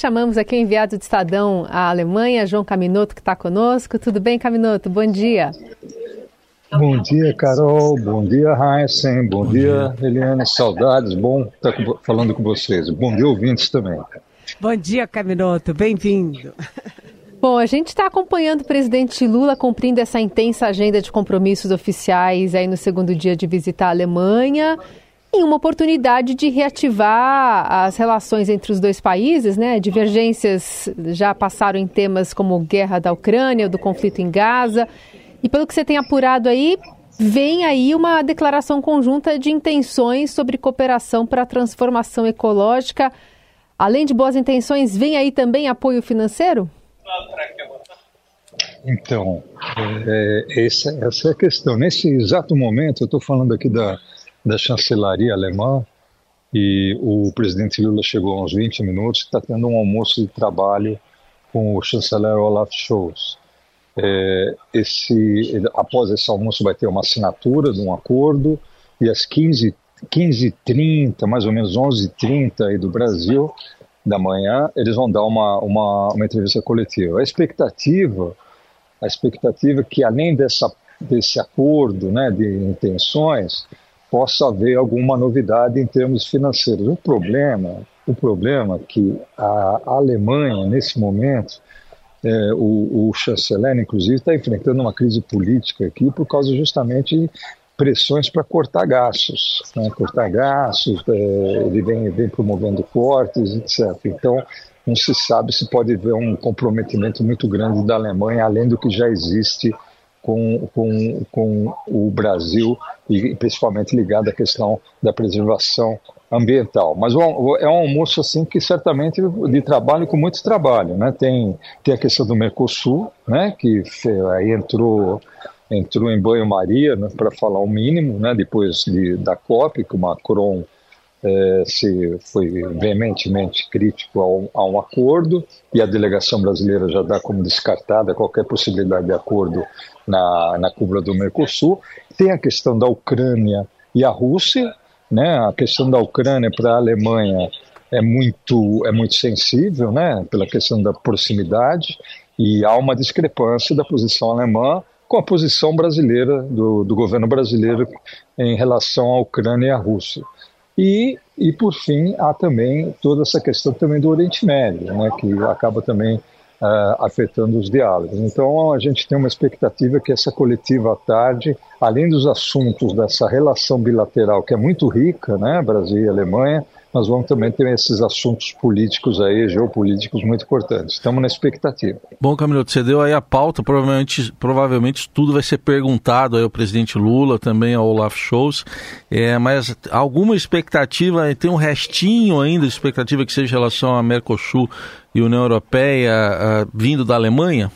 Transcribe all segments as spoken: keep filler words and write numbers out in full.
chamamos aqui o enviado do Estadão à Alemanha, João Caminoto, que está conosco. Tudo bem, Caminoto? Bom dia. Bom dia, Carol. Bom dia, Heisen. Bom, Bom dia, dia, Eliane. Saudades. Bom estar falando com vocês. Bom dia, ouvintes também. Bom dia, Caminoto. Bem-vindo. Bom, a gente está acompanhando o presidente Lula cumprindo essa intensa agenda de compromissos oficiais aí no segundo dia de visita à Alemanha, em uma oportunidade de reativar as relações entre os dois países, né? Divergências já passaram em temas como guerra da Ucrânia, do conflito em Gaza. E pelo que você tem apurado aí, vem aí uma declaração conjunta de intenções sobre cooperação para a transformação ecológica. Além de boas intenções, vem aí também apoio financeiro? Então, é, essa, essa é a questão. Nesse exato momento, eu estou falando aqui da, da chancelaria alemã e o presidente Lula chegou há uns vinte minutos e está tendo um almoço de trabalho com o chanceler Olaf Scholz. É, esse, após esse almoço vai ter uma assinatura de um acordo e às quinze e trinta, mais ou menos onze e trinta aí do Brasil, da manhã, eles vão dar uma, uma, uma entrevista coletiva. A expectativa, a expectativa é que além dessa, desse acordo, né, de intenções, possa haver alguma novidade em termos financeiros. O problema, o problema é que a, a Alemanha, nesse momento, é, o, o chanceler, inclusive, está enfrentando uma crise política aqui por causa justamente de pressões para cortar gastos, né? cortar gastos, é, ele vem, vem promovendo cortes, etcétera. Então, não se sabe se pode haver um comprometimento muito grande da Alemanha, além do que já existe com, com, com o Brasil, e principalmente ligado à questão da preservação ambiental. Mas é um almoço assim que certamente de trabalho com muito trabalho, né? Tem, tem a questão do Mercosul, né? Que aí entrou... entrou em banho-maria, né, para falar o mínimo, né, depois de, da COP, que o Macron é, se, foi veementemente crítico ao, a um acordo, e a delegação brasileira já dá como descartada qualquer possibilidade de acordo na, na cúpula do Mercosul. Tem a questão da Ucrânia e a Rússia, né, a questão da Ucrânia para a Alemanha é muito, é muito sensível, né, pela questão da proximidade, e há uma discrepância da posição alemã com a posição brasileira, do, do governo brasileiro em relação à Ucrânia e à Rússia. E, e, por fim, há também toda essa questão também do Oriente Médio, né, que acaba também uh, afetando os diálogos. Então, a gente tem uma expectativa que essa coletiva à tarde, além dos assuntos dessa relação bilateral, que é muito rica, né, Brasil e Alemanha, nós vamos também ter esses assuntos políticos aí, geopolíticos muito importantes. Estamos na expectativa. Bom, Caminoto, você deu aí a pauta, provavelmente, provavelmente tudo vai ser perguntado aí ao presidente Lula, também ao Olaf Scholz, é, mas alguma expectativa, tem um restinho ainda de expectativa que seja em relação a Mercosul e União Europeia a, vindo da Alemanha?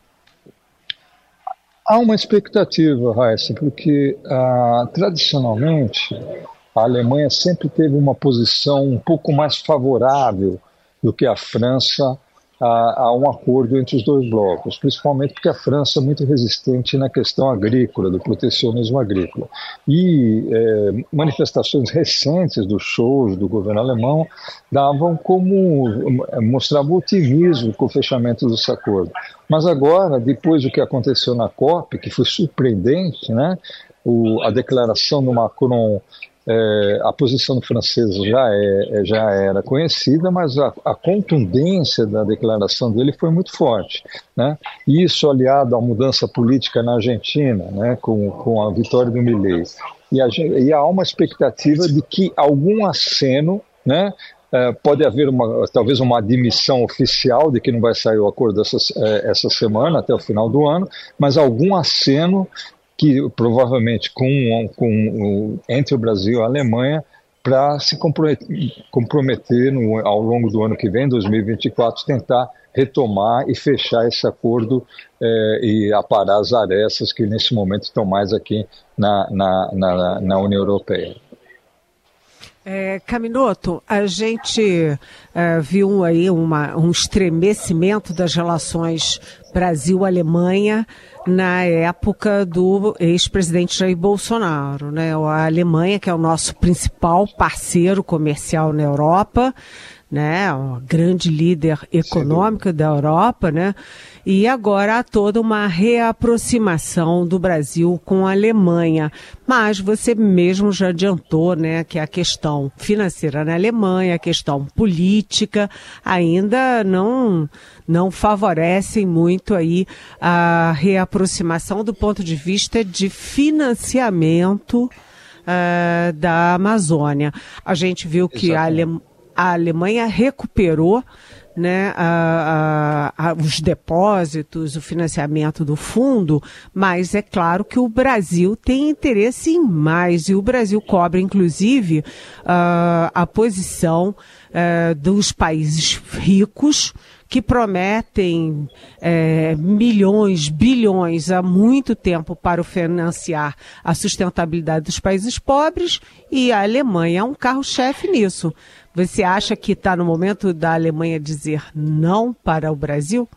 Há uma expectativa, Raíssa, porque ah, tradicionalmente a Alemanha sempre teve uma posição um pouco mais favorável do que a França a, a um acordo entre os dois blocos, principalmente porque a França é muito resistente na questão agrícola, do protecionismo agrícola. E é, manifestações recentes dos shows do governo alemão davam como, mostravam otimismo com o fechamento desse acordo. Mas agora, depois do que aconteceu na COP, que foi surpreendente, né, o, a declaração do Macron, É, a posição francesa já, é, já era conhecida, mas a, a contundência da declaração dele foi muito forte, né? Isso aliado à mudança política na Argentina, né, com, com a vitória do Milei. E, a, e há uma expectativa de que algum aceno, né, é, pode haver uma, talvez uma admissão oficial de que não vai sair o acordo essa, é, essa semana, até o final do ano, mas algum aceno que provavelmente com, com, entre o Brasil e a Alemanha, para se comprometer no, ao longo do ano que vem, dois mil e vinte e quatro, tentar retomar e fechar esse acordo é, e aparar as arestas que nesse momento estão mais aqui na, na, na, na União Europeia. É, Caminoto, a gente é, viu aí uma, um estremecimento das relações Brasil-Alemanha na época do ex-presidente Jair Bolsonaro, né? A Alemanha, que é o nosso principal parceiro comercial na Europa, né, uma grande líder econômica da Europa, né, e agora há toda uma reaproximação do Brasil com a Alemanha. Mas você mesmo já adiantou, né, que a questão financeira na Alemanha, a questão política, ainda não, não favorecem muito aí a reaproximação do ponto de vista de financiamento uh, da Amazônia. A gente viu que a Alemanha A Alemanha recuperou, né, a, a, a, os depósitos, o financiamento do fundo, mas é claro que o Brasil tem interesse em mais, e o Brasil cobra, inclusive, uh, a posição uh, dos países ricos, que prometem é, milhões, bilhões há muito tempo para financiar a sustentabilidade dos países pobres, e a Alemanha é um carro-chefe nisso. Você acha que está no momento da Alemanha dizer não para o Brasil?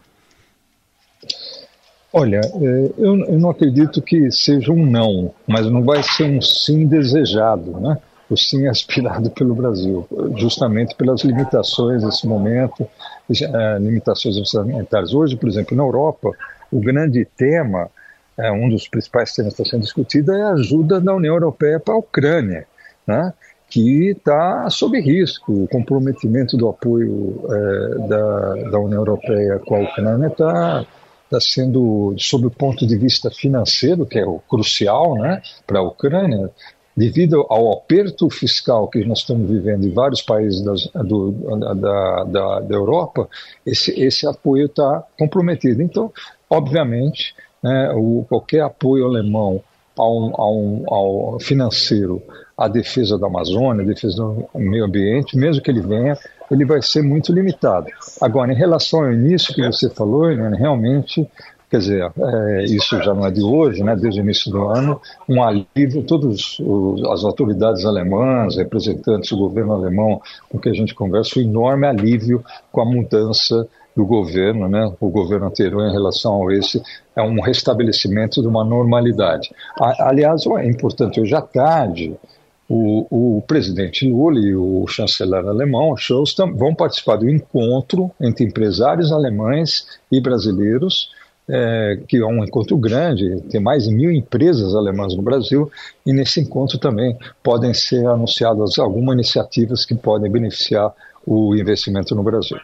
Olha, eu, eu não acredito que seja um não, mas não vai ser um sim desejado, né? O sim aspirado pelo Brasil, justamente pelas limitações desse momento, limitações orçamentárias. Hoje, por exemplo, na Europa, o grande tema, um dos principais temas que está sendo discutido é a ajuda da União Europeia para a Ucrânia, né? Que está sob risco. O comprometimento do apoio é, da, da União Europeia com a Ucrânia está tá sendo, sob o ponto de vista financeiro, que é o crucial, né, para a Ucrânia, devido ao aperto fiscal que nós estamos vivendo em vários países das, do, da, da, da Europa, esse, esse apoio está comprometido. Então, obviamente, né, o, qualquer apoio alemão ao, ao, ao financeiro à defesa da Amazônia, à defesa do meio ambiente, mesmo que ele venha, ele vai ser muito limitado. Agora, em relação ao início que você falou, né, realmente, quer dizer, é, isso já não é de hoje, né, desde o início do ano, um alívio, todas as autoridades alemãs, representantes do governo alemão com que a gente conversa, um enorme alívio com a mudança do governo, né, o governo anterior em relação a esse, é um restabelecimento de uma normalidade. Aliás, é importante, hoje à tarde, O, o presidente Lula e o chanceler alemão, Scholz, vão participar do encontro entre empresários alemães e brasileiros, é, que é um encontro grande, tem mais de mil empresas alemãs no Brasil, e nesse encontro também podem ser anunciadas algumas iniciativas que podem beneficiar o investimento no Brasil.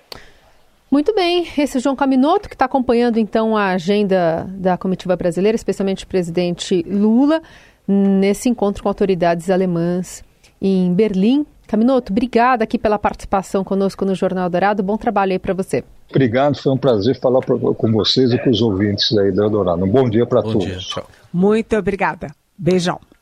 Muito bem, esse é o João Caminoto, que está acompanhando então a agenda da comitiva brasileira, especialmente o presidente Lula, nesse encontro com autoridades alemãs em Berlim. Caminoto, obrigada aqui pela participação conosco no Jornal Dourado. Bom trabalho aí para você. Obrigado, foi um prazer falar pra, com vocês e com os ouvintes aí da Dourado. Um bom dia para todos. Dia, tchau. Muito obrigada. Beijão.